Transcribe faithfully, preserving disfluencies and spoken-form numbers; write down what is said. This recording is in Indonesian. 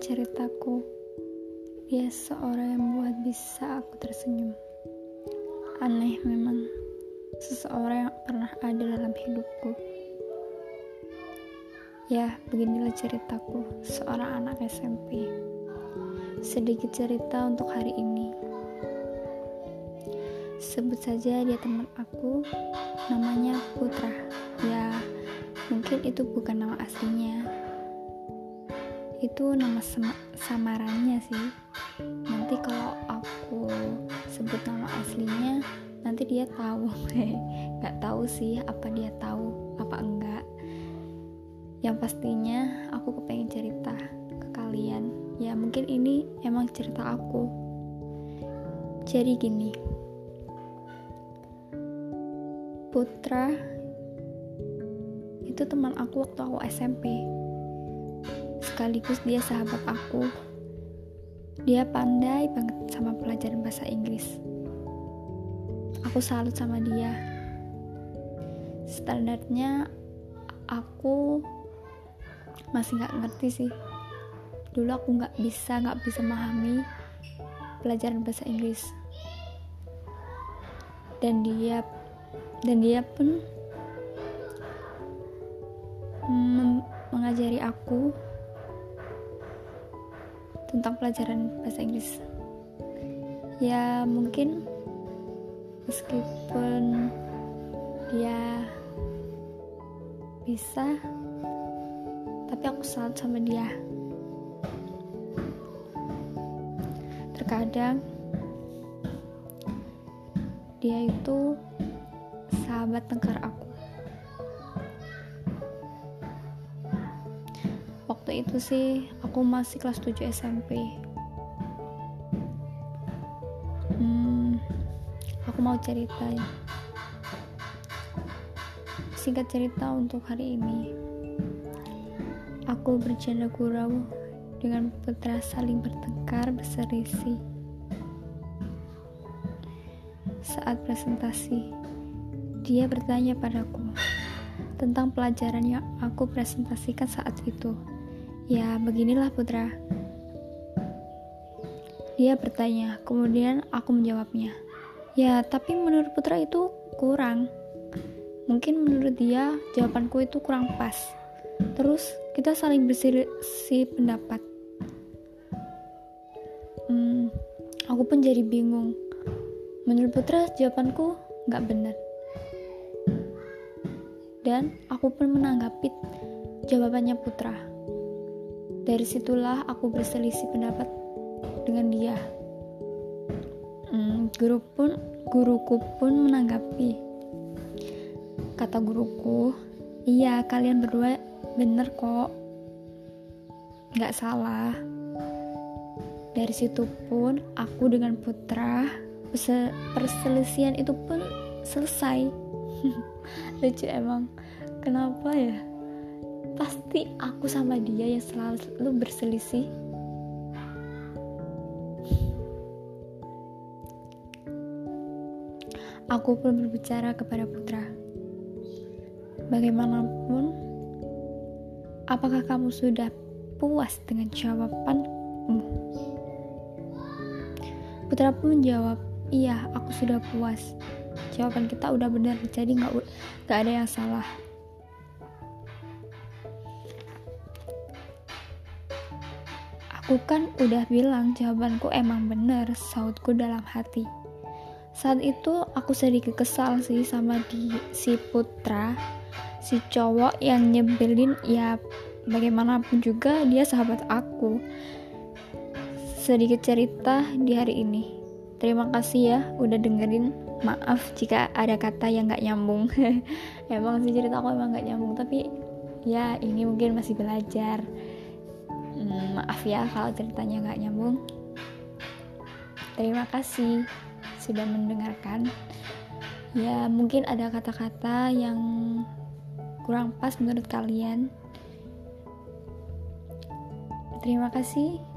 ceritaku. Dia seorang yang membuat bisa aku tersenyum. Aneh memang, seseorang yang pernah ada dalam hidupku. Ya, beginilah ceritaku, seorang anak S M P. Sedikit cerita untuk hari ini. Sebut saja dia teman aku, namanya Putra. Ya, mungkin itu bukan nama aslinya. Itu nama sem- samarannya sih. Nanti kalau aku sebut nama aslinya, nanti dia tahu. Gak tahu sih apa dia tahu apa enggak. Yang pastinya aku kepengen cerita ke kalian. Ya mungkin ini emang cerita aku. Jadi gini, Putra itu teman aku waktu aku S M P. Sekaligus dia sahabat aku. Dia pandai banget sama pelajaran bahasa Inggris. Aku salut sama dia. Standarnya aku masih gak ngerti sih. Dulu aku gak bisa, gak bisa memahami pelajaran bahasa Inggris. Dan dia dan dia pun mem- mengajari aku tentang pelajaran bahasa Inggris. Ya mungkin meskipun dia bisa, tapi aku salut sama dia. Terkadang dia itu sahabat tengkar aku. Waktu itu sih aku masih kelas tujuh S M P. Hmm, aku mau cerita ya. Singkat cerita untuk hari ini. Aku bercanda gurau dengan Putra saling bertengkar berselisih. Saat presentasi, dia bertanya padaku tentang pelajaran yang aku presentasikan saat itu. Ya, beginilah Putra. Dia bertanya, kemudian aku menjawabnya. Ya, tapi menurut Putra itu kurang. Mungkin menurut dia jawabanku itu kurang pas. Terus kita saling berselisih pendapat. Hmm, aku pun jadi bingung. Menurut Putra jawabanku gak benar. Dan aku pun menanggapi jawabannya Putra. Dari situlah aku berselisih pendapat dengan dia. Hmm, guru pun, guruku pun menanggapi. Kata guruku, iya kalian berdua bener kok, gak salah. Dari situ pun aku dengan Putra perselisihan itu pun selesai. Lucu emang, kenapa ya? Pasti aku sama dia yang selalu berselisih. Aku pun berbicara kepada Putra. Bagaimanapun, apakah kamu sudah puas dengan jawabanmu? Putra pun menjawab, iya aku sudah puas. Jawaban kita udah benar, jadi gak, gak ada yang salah. Aku kan udah bilang jawabanku emang bener, sautku dalam hati. Saat itu aku sedikit kesal sih sama di, si Putra, si cowok yang nyebelin. Ya bagaimanapun juga dia sahabat aku. Sedikit cerita di hari ini. Terima kasih ya udah dengerin. Maaf jika ada kata yang gak nyambung. Emang sih cerita aku emang gak nyambung, tapi ya ini mungkin masih belajar. Hmm, maaf ya kalau ceritanya gak nyambung. Terima kasih sudah mendengarkan. Ya mungkin ada kata-kata yang kurang pas menurut kalian. Terima kasih.